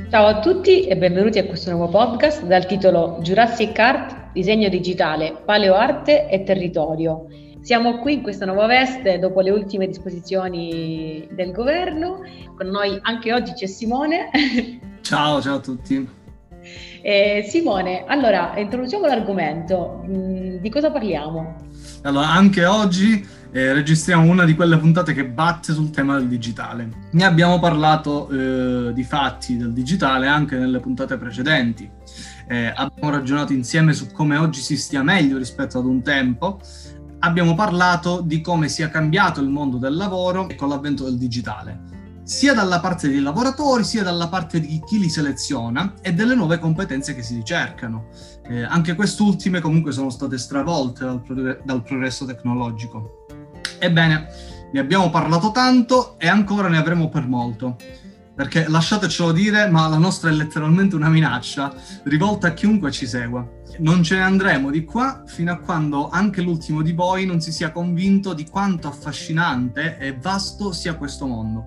Ciao a tutti e benvenuti a questo nuovo podcast dal titolo Jurassic Art, disegno digitale, paleoarte e territorio. Siamo qui in questa nuova veste dopo le ultime disposizioni del governo. Con noi anche oggi c'è Simone. Ciao a tutti. Simone, allora introduciamo l'argomento. Di cosa parliamo? Allora, anche oggi registriamo una di quelle puntate che batte sul tema del digitale. Ne abbiamo parlato di fatti del digitale anche nelle puntate precedenti. Abbiamo ragionato insieme su come oggi si stia meglio rispetto ad un tempo. Abbiamo parlato di come sia cambiato il mondo del lavoro con l'avvento del digitale, sia dalla parte dei lavoratori, sia dalla parte di chi li seleziona e delle nuove competenze che si ricercano. Anche quest'ultime comunque sono state stravolte dal progresso tecnologico. Ebbene, ne abbiamo parlato tanto e ancora ne avremo per molto, perché lasciatecelo dire, ma la nostra è letteralmente una minaccia rivolta a chiunque ci segua. Non ce ne andremo di qua fino a quando anche l'ultimo di voi non si sia convinto di quanto affascinante e vasto sia questo mondo.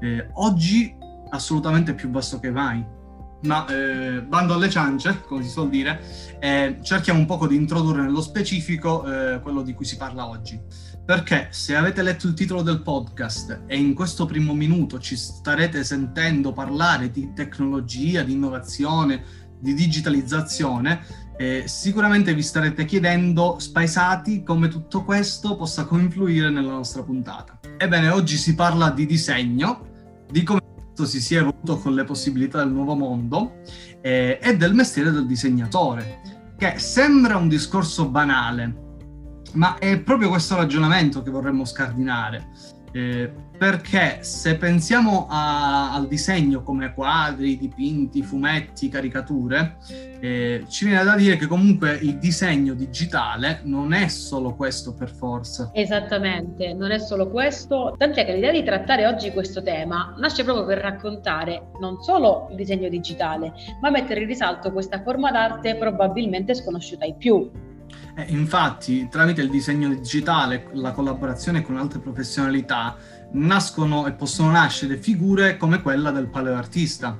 Oggi assolutamente più vasto che mai. Ma bando alle ciance, come si suol dire, cerchiamo un poco di introdurre nello specifico quello di cui si parla oggi. Perché se avete letto il titolo del podcast e in questo primo minuto ci starete sentendo parlare di tecnologia, di innovazione, di digitalizzazione, sicuramente vi starete chiedendo, spaesati, come tutto questo possa confluire nella nostra puntata. Ebbene, oggi si parla di disegno, di come questo si sia evoluto con le possibilità del nuovo mondo e del mestiere del disegnatore, che sembra un discorso banale, ma è proprio questo ragionamento che vorremmo scardinare, perché se pensiamo al disegno come quadri, dipinti, fumetti, caricature, ci viene da dire che comunque il disegno digitale non è solo questo per forza. Esattamente, non è solo questo, tant'è che l'idea di trattare oggi questo tema nasce proprio per raccontare non solo il disegno digitale, ma mettere in risalto questa forma d'arte probabilmente sconosciuta ai più. Infatti, tramite il disegno digitale, la collaborazione con altre professionalità, nascono e possono nascere figure come quella del paleoartista,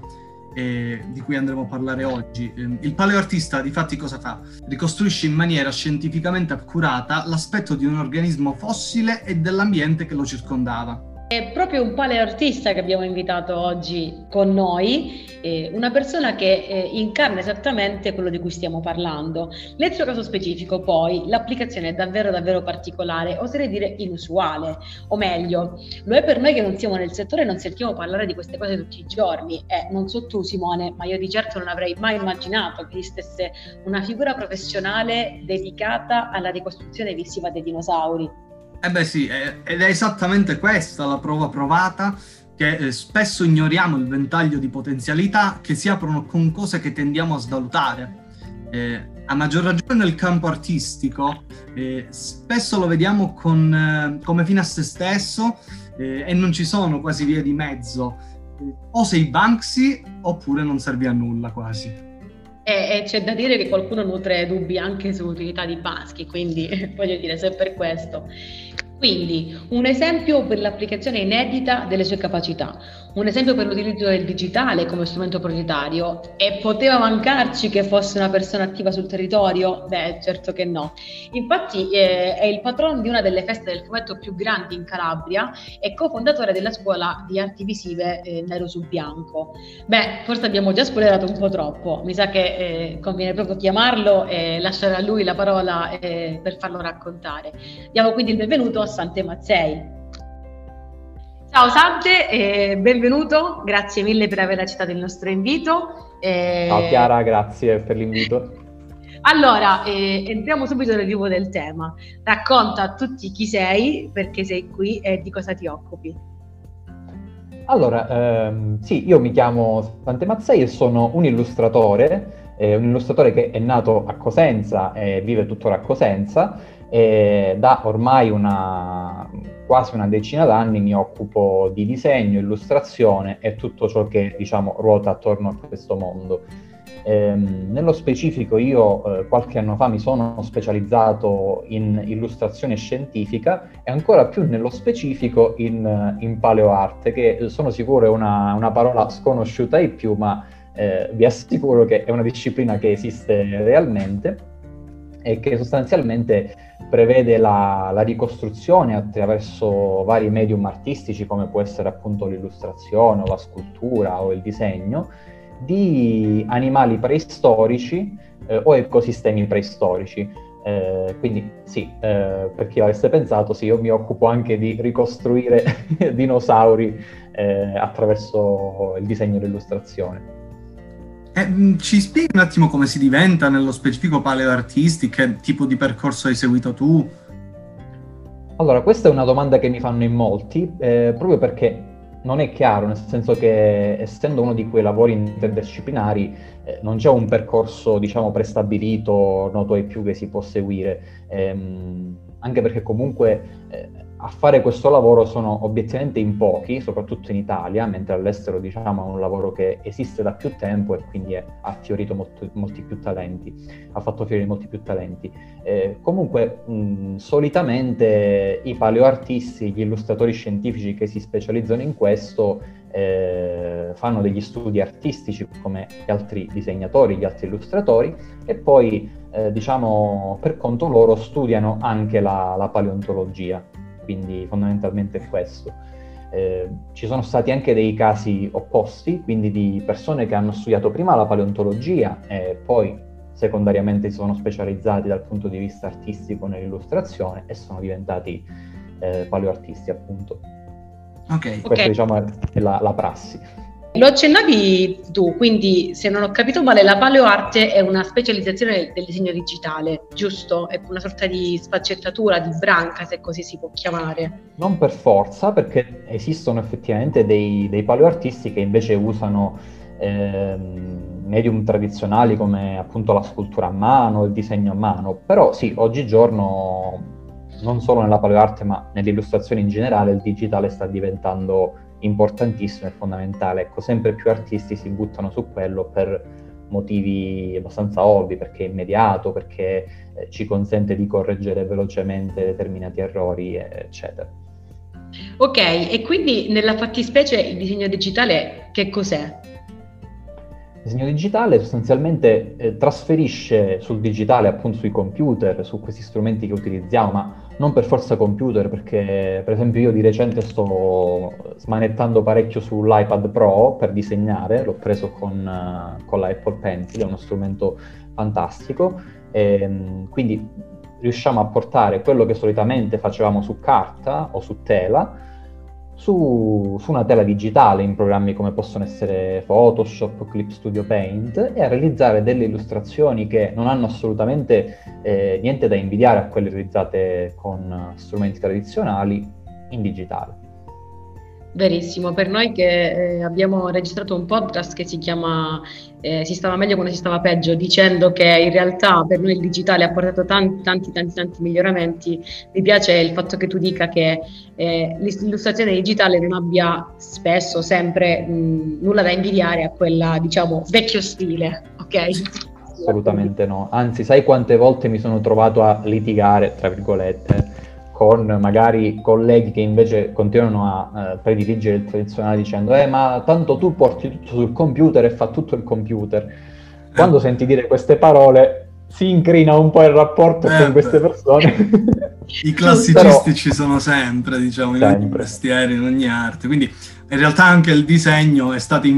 di cui andremo a parlare oggi. Il paleoartista, difatti, cosa fa? Ricostruisce in maniera scientificamente accurata l'aspetto di un organismo fossile e dell'ambiente che lo circondava. È proprio un paleoartista che abbiamo invitato oggi con noi, una persona che incarna esattamente quello di cui stiamo parlando. Nel suo caso specifico, poi, l'applicazione è davvero particolare, oserei dire inusuale, o meglio, lo è per noi che non siamo nel settore e non sentiamo parlare di queste cose tutti i giorni. Non so tu, Simone, ma io di certo non avrei mai immaginato che esistesse una figura professionale dedicata alla ricostruzione visiva dei dinosauri. Sì, ed è esattamente questa la prova provata, che spesso ignoriamo il ventaglio di potenzialità che si aprono con cose che tendiamo a svalutare. A maggior ragione nel campo artistico, spesso lo vediamo come fine a se stesso e non ci sono quasi vie di mezzo. O sei Banksy oppure non servi a nulla quasi. E c'è da dire che qualcuno nutre dubbi anche sull'utilità di Banksy, quindi voglio dire, se per questo. Quindi, un esempio per l'applicazione inedita delle sue capacità, un esempio per l'utilizzo del digitale come strumento prioritario. E poteva mancarci che fosse una persona attiva sul territorio? Beh, certo che no. Infatti è il patrono di una delle feste del fumetto più grandi in Calabria e cofondatore della scuola di arti visive Nero su Bianco. Beh, forse abbiamo già spoilerato un po' troppo, mi sa che conviene proprio chiamarlo e lasciare a lui la parola per farlo raccontare. Diamo quindi il benvenuto a Sante Mazzei. Ciao Sante, benvenuto, grazie mille per aver accettato il nostro invito. Ciao Chiara, grazie per l'invito. Allora, entriamo subito nel vivo del tema. Racconta a tutti chi sei, perché sei qui e di cosa ti occupi. Allora, sì, io mi chiamo Sante Mazzei e sono un illustratore che è nato a Cosenza e vive tuttora a Cosenza. E da ormai quasi una decina d'anni mi occupo di disegno, illustrazione e tutto ciò che, diciamo, ruota attorno a questo mondo. Nello specifico io qualche anno fa mi sono specializzato in illustrazione scientifica e ancora più nello specifico in paleoarte, che sono sicuro è una parola sconosciuta ai più, ma vi assicuro che è una disciplina che esiste realmente e che sostanzialmente prevede la ricostruzione attraverso vari medium artistici, come può essere appunto l'illustrazione o la scultura o il disegno, di animali preistorici o ecosistemi preistorici. Quindi sì, per chi l'avesse pensato, sì, io mi occupo anche di ricostruire dinosauri attraverso il disegno e l'illustrazione. Ci spieghi un attimo come si diventa nello specifico paleoartisti? Che tipo di percorso hai seguito tu? Allora, questa è una domanda che mi fanno in molti, proprio perché non è chiaro, nel senso che essendo uno di quei lavori interdisciplinari non c'è un percorso, diciamo, prestabilito, noto ai più, che si può seguire, anche perché comunque a fare questo lavoro sono obiettivamente in pochi, soprattutto in Italia, mentre all'estero, diciamo, è un lavoro che esiste da più tempo e quindi ha fiorito molti più talenti, ha fatto fiorire molti più talenti. Comunque, solitamente i paleoartisti, gli illustratori scientifici che si specializzano in questo, fanno degli studi artistici come gli altri disegnatori, gli altri illustratori, e poi, diciamo, per conto loro studiano anche la paleontologia. Quindi fondamentalmente è questo. Ci sono stati anche dei casi opposti, quindi di persone che hanno studiato prima la paleontologia e poi secondariamente si sono specializzati dal punto di vista artistico nell'illustrazione e sono diventati paleoartisti, appunto. Ok. Questa, diciamo, è la prassi. Lo accennavi tu, quindi se non ho capito male la paleoarte è una specializzazione del disegno digitale, giusto? È una sorta di sfaccettatura, di branca, se così si può chiamare. Non per forza, perché esistono effettivamente dei paleoartisti che invece usano medium tradizionali come appunto la scultura a mano, il disegno a mano, però sì, oggigiorno non solo nella paleoarte ma nell'illustrazione in generale il digitale sta diventando importantissimo e fondamentale. Ecco, sempre più artisti si buttano su quello per motivi abbastanza ovvi, perché è immediato, perché ci consente di correggere velocemente determinati errori, eccetera. Ok, e quindi nella fattispecie il disegno digitale che cos'è? Il disegno digitale sostanzialmente trasferisce sul digitale, appunto sui computer, su questi strumenti che utilizziamo, ma non per forza computer, perché per esempio io di recente sto smanettando parecchio sull'iPad Pro per disegnare, l'ho preso con la Apple Pencil, è uno strumento fantastico, quindi riusciamo a portare quello che solitamente facevamo su carta o su tela, su una tela digitale in programmi come possono essere Photoshop o Clip Studio Paint e a realizzare delle illustrazioni che non hanno assolutamente niente da invidiare a quelle realizzate con strumenti tradizionali in digitale. Verissimo, per noi che abbiamo registrato un podcast che si chiama Si stava meglio quando si stava peggio, dicendo che in realtà per noi il digitale ha portato tanti miglioramenti, mi piace il fatto che tu dica che l'illustrazione digitale non abbia spesso, sempre nulla da invidiare a quella, diciamo, vecchio stile, ok? Assolutamente no, anzi sai quante volte mi sono trovato a litigare, tra virgolette, con magari colleghi che invece continuano a prediligere il tradizionale dicendo ma tanto tu porti tutto sul computer e fa tutto il computer. Quando senti dire queste parole si incrina un po' il rapporto con queste persone. I classicisti ci sono sempre, diciamo, in ogni mestiere, in ogni arte, quindi in realtà anche il disegno è stato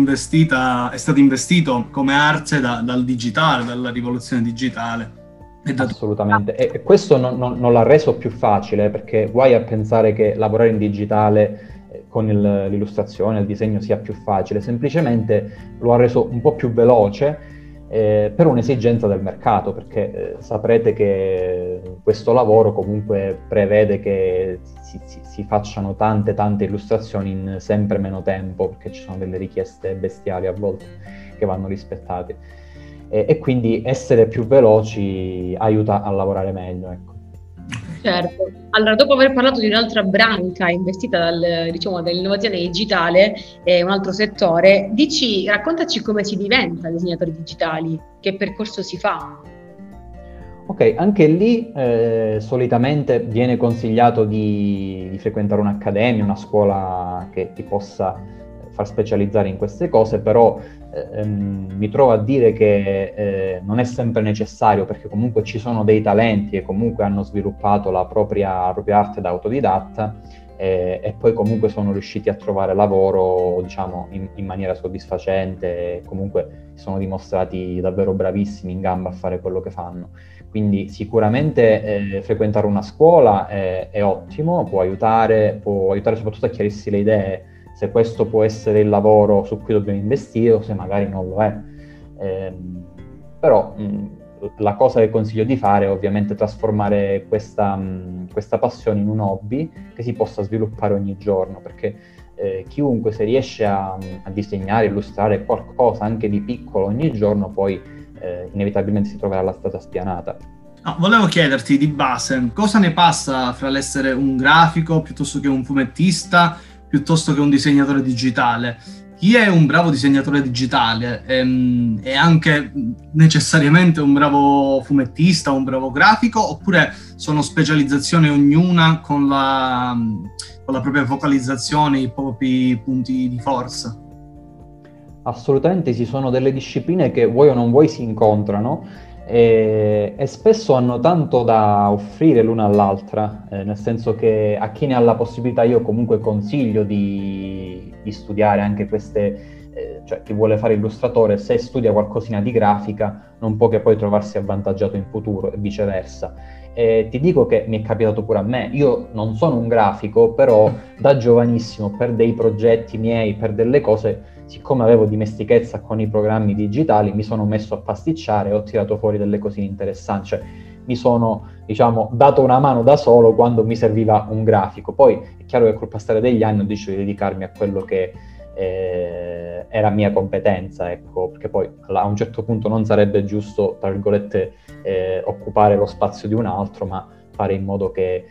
investito come arte dal digitale, dalla rivoluzione digitale. Assolutamente, e questo non l'ha reso più facile, perché guai a pensare che lavorare in digitale con l'illustrazione, il disegno sia più facile, semplicemente lo ha reso un po' più veloce per un'esigenza del mercato, perché saprete che questo lavoro comunque prevede che si facciano tante illustrazioni in sempre meno tempo, perché ci sono delle richieste bestiali a volte che vanno rispettate. E quindi essere più veloci aiuta a lavorare meglio, ecco. Certo. Allora, dopo aver parlato di un'altra branca investita dall'innovazione digitale, un altro settore, raccontaci come si diventa disegnatori digitali, che percorso si fa? Ok, anche lì solitamente viene consigliato di frequentare un'accademia, una scuola che ti possa far specializzare in queste cose, però mi trovo a dire che non è sempre necessario, perché comunque ci sono dei talenti che comunque hanno sviluppato la propria arte da autodidatta e poi comunque sono riusciti a trovare lavoro, diciamo, in maniera soddisfacente, e comunque si sono dimostrati davvero bravissimi in gamba a fare quello che fanno. Quindi sicuramente frequentare una scuola è ottimo, può aiutare soprattutto a chiarirsi le idee, se questo può essere il lavoro su cui dobbiamo investire o se magari non lo è. Però la cosa che consiglio di fare è ovviamente trasformare questa passione in un hobby che si possa sviluppare ogni giorno, perché chiunque, se riesce a disegnare, illustrare qualcosa anche di piccolo ogni giorno, poi inevitabilmente si troverà la strada spianata. No, volevo chiederti di base, cosa ne passa fra l'essere un grafico piuttosto che un fumettista, piuttosto che un disegnatore digitale? Chi è un bravo disegnatore digitale è anche necessariamente un bravo fumettista, un bravo grafico, oppure sono specializzazioni ognuna con la propria focalizzazione, i propri punti di forza? Assolutamente, ci sono delle discipline che vuoi o non vuoi si incontrano e spesso hanno tanto da offrire l'una all'altra, nel senso che a chi ne ha la possibilità io comunque consiglio di studiare anche queste, cioè chi vuole fare illustratore, se studia qualcosina di grafica non può che poi trovarsi avvantaggiato in futuro e viceversa. Ti dico che mi è capitato pure a me, io non sono un grafico, però da giovanissimo per dei progetti miei, per delle cose, siccome avevo dimestichezza con i programmi digitali, mi sono messo a pasticciare e ho tirato fuori delle cosine interessanti, cioè mi sono, diciamo, dato una mano da solo quando mi serviva un grafico. Poi è chiaro che col passare degli anni ho deciso di dedicarmi a quello che era mia competenza, ecco, perché poi a un certo punto non sarebbe giusto, tra virgolette, occupare lo spazio di un altro, ma fare in modo che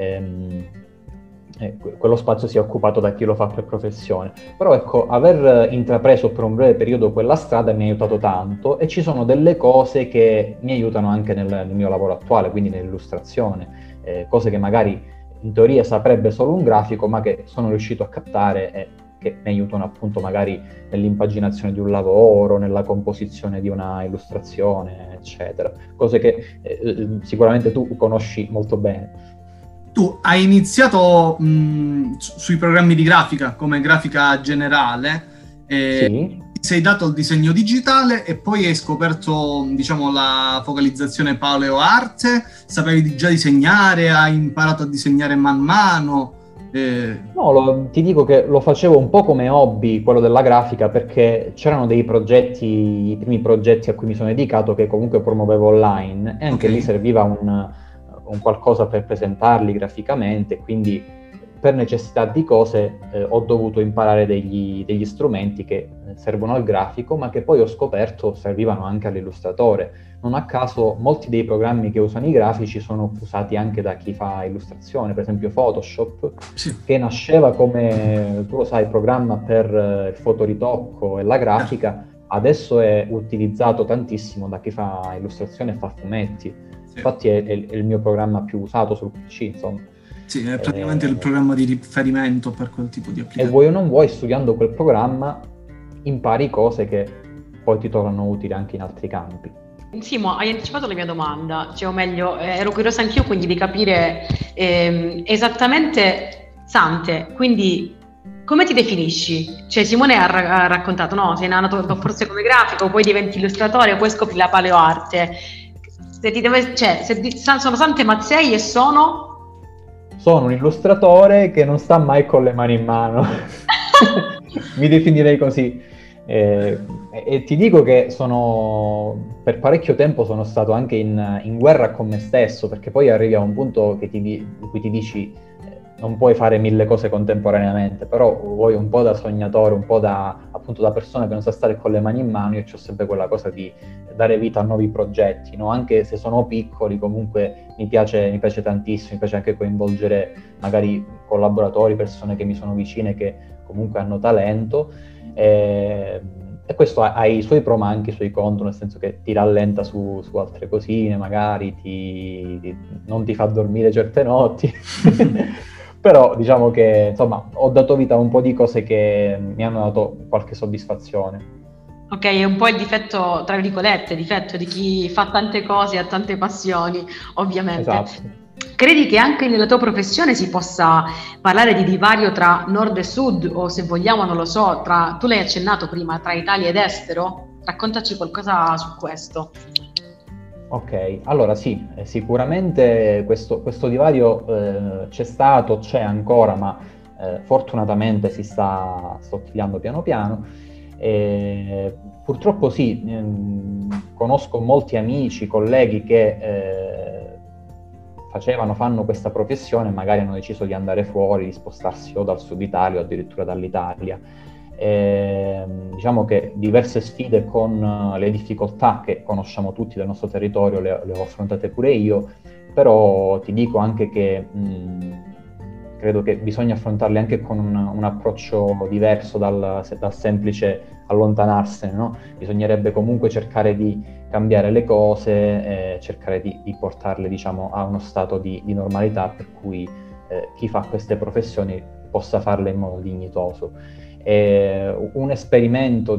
quello spazio sia occupato da chi lo fa per professione. Però ecco, aver intrapreso per un breve periodo quella strada mi ha aiutato tanto, e ci sono delle cose che mi aiutano anche nel mio lavoro attuale, quindi nell'illustrazione, cose che magari in teoria saprebbe solo un grafico, ma che sono riuscito a captare e che mi aiutano appunto magari nell'impaginazione di un lavoro, nella composizione di una illustrazione, eccetera. Cose che sicuramente tu conosci molto bene. Tu hai iniziato sui programmi di grafica come grafica generale, Sì. Ti sei dato al disegno digitale e poi hai scoperto, diciamo, la focalizzazione paleoarte. Sapevi già disegnare, hai imparato a disegnare man mano? No, ti dico che lo facevo un po' come hobby, quello della grafica, perché c'erano dei progetti, i primi progetti a cui mi sono dedicato, che comunque promuovevo online, e anche lì serviva un qualcosa per presentarli graficamente, quindi per necessità di cose ho dovuto imparare degli strumenti che servono al grafico, ma che poi ho scoperto servivano anche all'illustratore. Non a caso molti dei programmi che usano i grafici sono usati anche da chi fa illustrazione, per esempio Photoshop, Sì. che nasceva come, tu lo sai, programma per il fotoritocco e la grafica, adesso è utilizzato tantissimo da chi fa illustrazione e fa fumetti. Sì. Infatti è il mio programma più usato sul PC, insomma. Sì, è praticamente il programma di riferimento per quel tipo di applicazione. E vuoi o non vuoi, studiando quel programma, impari cose che poi ti tornano utili anche in altri campi. Simo, hai anticipato la mia domanda, cioè, o meglio, ero curiosa anch'io quindi di capire esattamente, Sante, quindi come ti definisci? Cioè Simone ha raccontato, no, sei nato forse come grafico, poi diventi illustratore, poi scopri la paleoarte. Sono Sante Mazzei e sono un illustratore che non sta mai con le mani in mano. Mi definirei così. E ti dico che per parecchio tempo sono stato anche in guerra con me stesso, perché poi arrivi a un punto in cui ti dici non puoi fare 1000 cose contemporaneamente, però vuoi un po' da sognatore, un po' appunto da persona che non sa stare con le mani in mano. Io ho sempre quella cosa di dare vita a nuovi progetti, no? Anche se sono piccoli, comunque mi piace tantissimo, mi piace anche coinvolgere magari collaboratori, persone che mi sono vicine, che comunque hanno talento, e questo ha i suoi pro ma anche i suoi contro, nel senso che ti rallenta su altre cosine, magari non ti fa dormire certe notti. Però diciamo che insomma ho dato vita a un po' di cose che mi hanno dato qualche soddisfazione. Ok, è un po' il difetto, tra virgolette, difetto di chi fa tante cose e ha tante passioni, ovviamente. Esatto. Credi che anche nella tua professione si possa parlare di divario tra nord e sud, o se vogliamo, non lo so, tu l'hai accennato prima, tra Italia ed estero? Raccontaci qualcosa su questo. Ok, allora sì, sicuramente questo divario c'è stato, c'è ancora, ma fortunatamente si sta sottigliando piano piano. Purtroppo sì, conosco molti amici, colleghi che fanno questa professione e magari hanno deciso di andare fuori, di spostarsi o dal sud Italia o addirittura dall'Italia. Diciamo che diverse sfide con le difficoltà che conosciamo tutti del nostro territorio le ho affrontate pure io, però ti dico anche che credo che bisogna affrontarle anche con un approccio diverso dal semplice allontanarsene, no? Bisognerebbe comunque cercare di cambiare le cose, cercare di portarle, diciamo, a uno stato di normalità per cui chi fa queste professioni possa farle in modo dignitoso. Un esperimento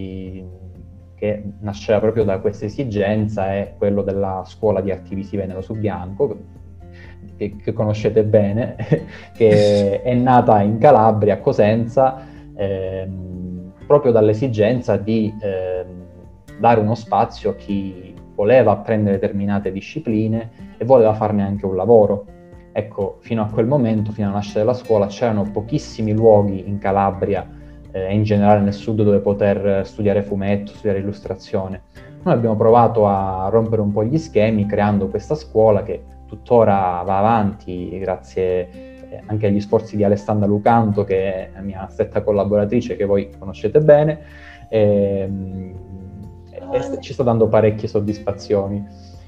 che nasceva proprio da questa esigenza è quello della Scuola di Arti Visive Nero su Bianco, che conoscete bene, che è nata in Calabria, a Cosenza, proprio dall'esigenza di dare uno spazio a chi voleva apprendere determinate discipline e voleva farne anche un lavoro. Ecco, fino a quel momento, fino alla nascita della scuola, c'erano pochissimi luoghi in Calabria e in generale nel sud dove poter studiare fumetto, studiare illustrazione. Noi abbiamo provato a rompere un po' gli schemi creando questa scuola che tuttora va avanti grazie anche agli sforzi di Alessandra Lucanto, che è la mia stretta collaboratrice, che voi conoscete bene, e ci sta dando parecchie soddisfazioni.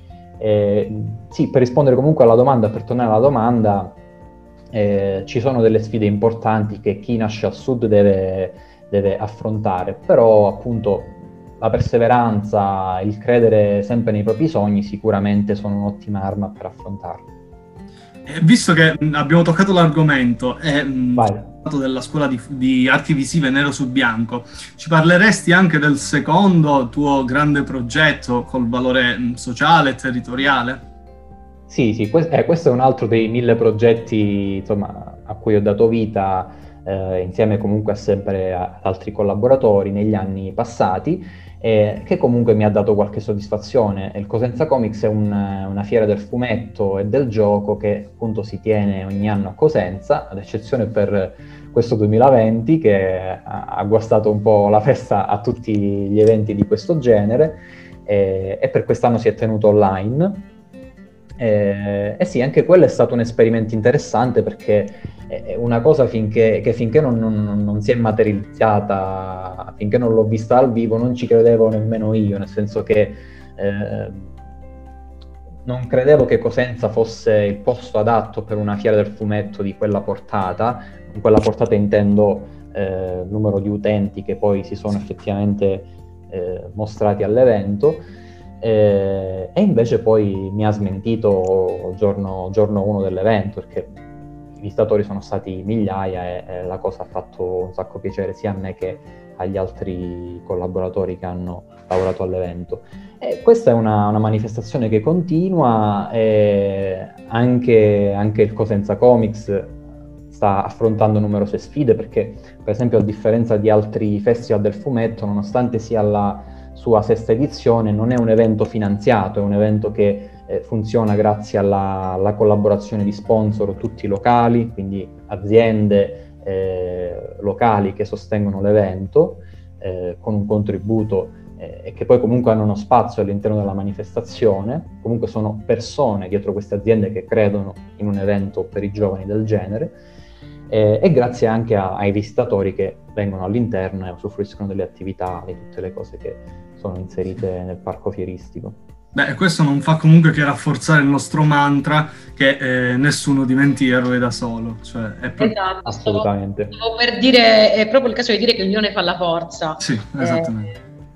Sì, per rispondere comunque alla domanda, per tornare alla domanda, ci sono delle sfide importanti che chi nasce al sud deve affrontare, però appunto la perseveranza, il credere sempre nei propri sogni sicuramente sono un'ottima arma per affrontarli. Visto che abbiamo toccato l'argomento Vai. della scuola di arti visive Nero su Bianco, ci parleresti anche del secondo tuo grande progetto col valore sociale e territoriale? Sì, questo è un altro dei 1000 progetti, insomma, a cui ho dato vita insieme comunque sempre ad altri collaboratori negli anni passati, che comunque mi ha dato qualche soddisfazione. Il Cosenza Comics è una fiera del fumetto e del gioco che appunto si tiene ogni anno a Cosenza, ad eccezione per questo 2020 che ha guastato un po' la festa a tutti gli eventi di questo genere, e per quest'anno si è tenuto online. Sì, anche quello è stato un esperimento interessante perché è una cosa finché non si è materializzata, finché non l'ho vista dal vivo, non ci credevo nemmeno io, nel senso che non credevo che Cosenza fosse il posto adatto per una fiera del fumetto di quella portata. Con quella portata intendo numero di utenti che poi si sono effettivamente mostrati all'evento. E invece poi mi ha smentito giorno 1 dell'evento, perché i visitatori sono stati migliaia e la cosa ha fatto un sacco piacere sia a me che agli altri collaboratori che hanno lavorato all'evento. E questa è una manifestazione che continua, e anche il Cosenza Comics sta affrontando numerose sfide, perché per esempio a differenza di altri festival del fumetto, nonostante sia alla sua 6ª edizione, non è un evento finanziato, è un evento che funziona grazie alla collaborazione di sponsor tutti locali, quindi aziende locali che sostengono l'evento con un contributo e che poi comunque hanno uno spazio all'interno della manifestazione. Comunque sono persone dietro queste aziende che credono in un evento per i giovani del genere, e grazie anche ai visitatori che vengono all'interno e usufruiscono delle attività, di tutte le cose che sono inserite nel parco fieristico. Beh, questo non fa comunque che rafforzare il nostro mantra che nessuno diventi eroe da solo. Cioè, è Esatto, assolutamente. stavo per dire, è proprio il caso di dire che l'unione fa la forza. Sì, esattamente.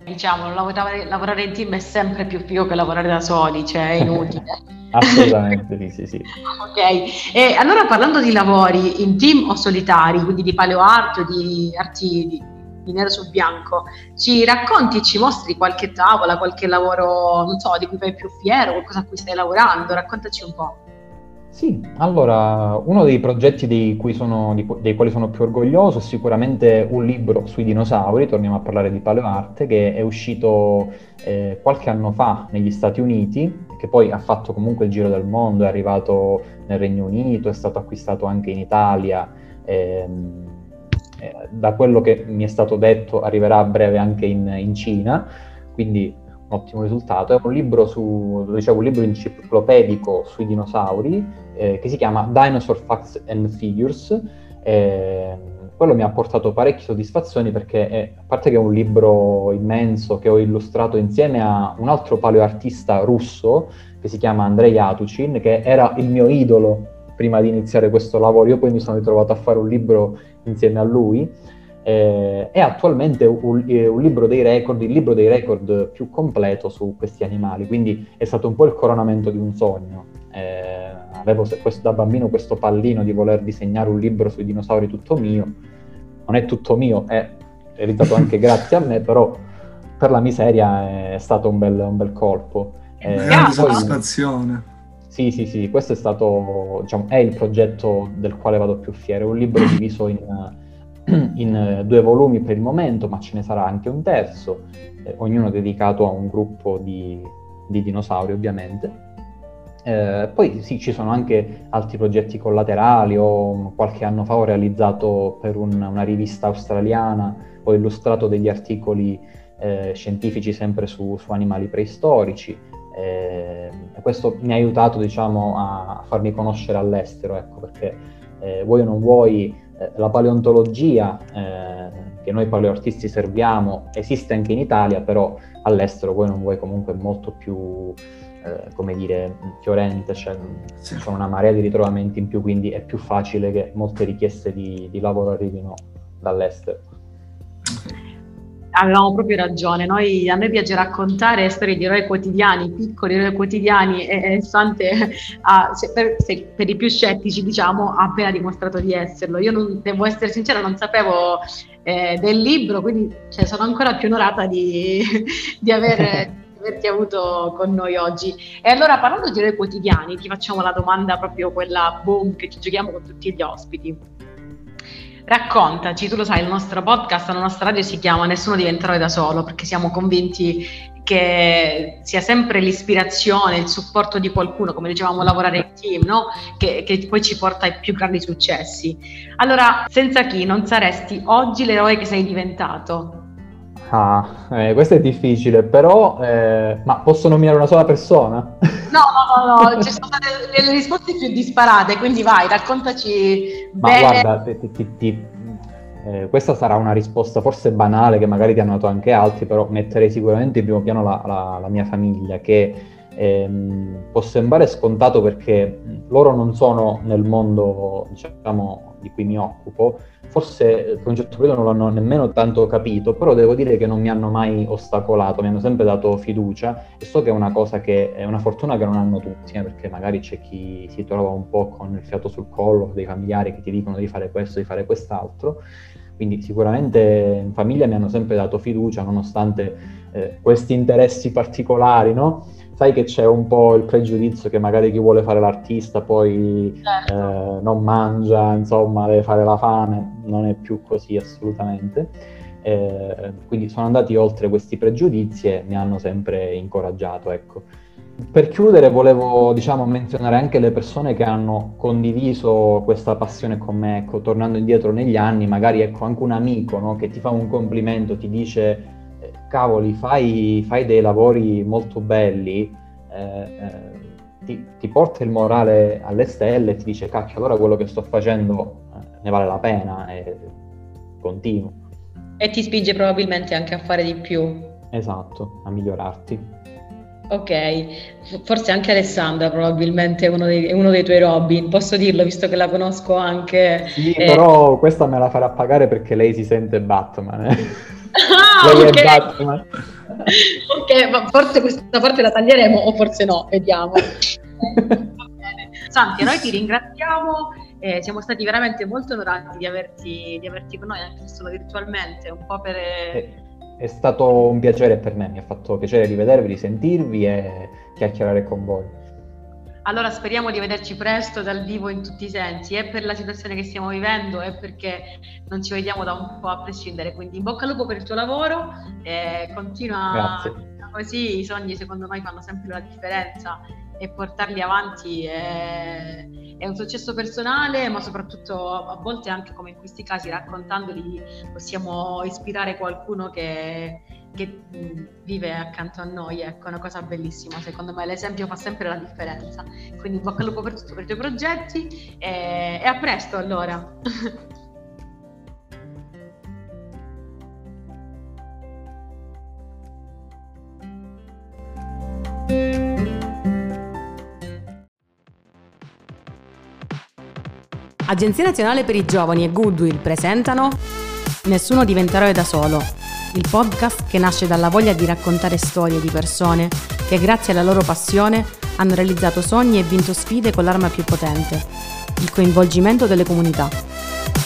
diciamo, lavorare in team è sempre più figo che lavorare da soli, cioè è inutile. Assolutamente, sì, sì. Ok, e allora parlando di lavori in team o solitari, quindi di paleo art o di arti di nero su bianco, ci racconti, ci mostri qualche tavola, qualche lavoro, non so, di cui fai più fiero, qualcosa a cui stai lavorando, raccontaci un po'. Sì, allora, uno dei progetti dei quali sono più orgoglioso è sicuramente un libro sui dinosauri, torniamo a parlare di paleoarte, che è uscito qualche anno fa negli Stati Uniti, che poi ha fatto comunque il giro del mondo, è arrivato nel Regno Unito, è stato acquistato anche in Italia, da quello che mi è stato detto arriverà a breve anche in Cina, quindi un ottimo risultato. È un libro un libro enciclopedico sui dinosauri, che si chiama Dinosaur Facts and Figures. Quello mi ha portato parecchie soddisfazioni perché, a parte che è un libro immenso che ho illustrato insieme a un altro paleoartista russo che si chiama Andrei Yatuchin, che era il mio idolo prima di iniziare questo lavoro. Io poi mi sono ritrovato a fare un libro insieme a lui. È attualmente un libro dei record, il libro dei record più completo su questi animali, quindi è stato un po' il coronamento di un sogno. Avevo da bambino questo pallino di voler disegnare un libro sui dinosauri tutto mio. Non è tutto mio, è realizzato anche grazie a me, però per la miseria è stato un bel colpo. Grande soddisfazione. Sì, questo è stato, diciamo, è il progetto del quale vado più fiero. È un libro diviso in 2 volumi per il momento, ma ce ne sarà anche un terzo, ognuno dedicato a un gruppo di dinosauri, ovviamente. Poi sì, ci sono anche altri progetti collaterali. Qualche anno fa ho realizzato per una rivista australiana, ho illustrato degli articoli scientifici sempre su animali preistorici. Questo mi ha aiutato, diciamo, a farmi conoscere all'estero, ecco, perché vuoi o non vuoi, la paleontologia che noi paleoartisti serviamo esiste anche in Italia, però all'estero, vuoi o non vuoi, comunque è molto più come dire, fiorente, cioè ci sono una marea di ritrovamenti in più, quindi è più facile che molte richieste di lavoro arrivino dall'estero. Avevamo proprio ragione, a noi piace raccontare storie di eroi quotidiani, piccoli eroi quotidiani, e Sante per i più scettici, diciamo, ha appena dimostrato di esserlo. Io devo essere sincera, non sapevo del libro, quindi sono ancora più onorata di averti avuto con noi oggi. E allora, parlando di eroi quotidiani, ti facciamo la domanda proprio quella boom che ci giochiamo con tutti gli ospiti. Raccontaci, tu lo sai, il nostro podcast, la nostra radio si chiama Nessuno diventa eroe da solo, perché siamo convinti che sia sempre l'ispirazione, il supporto di qualcuno, come dicevamo, lavorare in team, no? Che poi ci porta ai più grandi successi. Allora, senza chi non saresti oggi l'eroe che sei diventato? Questo è difficile, però ma posso nominare una sola persona? No, ci sono state le risposte più disparate, quindi vai, raccontaci bene. Ma guarda, questa sarà una risposta forse banale, che magari ti hanno dato anche altri, però metterei sicuramente in primo piano la mia famiglia, che può sembrare scontato perché loro non sono nel mondo, diciamo, di cui mi occupo. Forse per un certo periodo non l'hanno nemmeno tanto capito, però devo dire che non mi hanno mai ostacolato, mi hanno sempre dato fiducia, e so che è una cosa che è una fortuna che non hanno tutti, perché magari c'è chi si trova un po' con il fiato sul collo, dei familiari che ti dicono di fare questo, di fare quest'altro. Quindi sicuramente in famiglia mi hanno sempre dato fiducia, nonostante questi interessi particolari, no? Sai che c'è un po' il pregiudizio che magari chi vuole fare l'artista poi non mangia, insomma, deve fare la fame. Non è più così assolutamente. Quindi sono andati oltre questi pregiudizi e mi hanno sempre incoraggiato, ecco. Per chiudere volevo, diciamo, menzionare anche le persone che hanno condiviso questa passione con me, ecco, tornando indietro negli anni, magari, ecco, anche un amico, no, che ti fa un complimento, ti dice cavoli, fai dei lavori molto belli, ti porta il morale alle stelle e ti dice cacchio, allora quello che sto facendo ne vale la pena, e continuo. E ti spinge probabilmente anche a fare di più. Esatto, a migliorarti. Ok, forse anche Alessandra probabilmente è uno dei tuoi Robin, posso dirlo visto che la conosco anche. Sì, però questa me la farà pagare perché lei si sente Batman. Ah, Lei ok. è Batman. Ok, ma forse questa parte la taglieremo o forse no, vediamo. Va bene. Santi, noi ti ringraziamo, siamo stati veramente molto onorati di averti con noi, anche solo virtualmente, un po' per... È stato un piacere per me, mi ha fatto piacere rivedervi, risentirvi e chiacchierare con voi. Allora speriamo di vederci presto dal vivo in tutti i sensi, e per la situazione che stiamo vivendo e perché non ci vediamo da un po' a prescindere. Quindi in bocca al lupo per il tuo lavoro, continua. Grazie. Così, i sogni secondo me fanno sempre la differenza e portarli avanti è un successo personale, ma soprattutto a volte anche, come in questi casi, raccontandoli possiamo ispirare qualcuno che vive accanto a noi. Ecco, è una cosa bellissima, secondo me l'esempio fa sempre la differenza. Quindi in bocca al lupo per tutto, per i tuoi progetti, e a presto allora. Agenzia Nazionale per i Giovani e Goodwill presentano Nessuno diventa eroe da solo, il podcast che nasce dalla voglia di raccontare storie di persone che grazie alla loro passione hanno realizzato sogni e vinto sfide con l'arma più potente, il coinvolgimento delle comunità.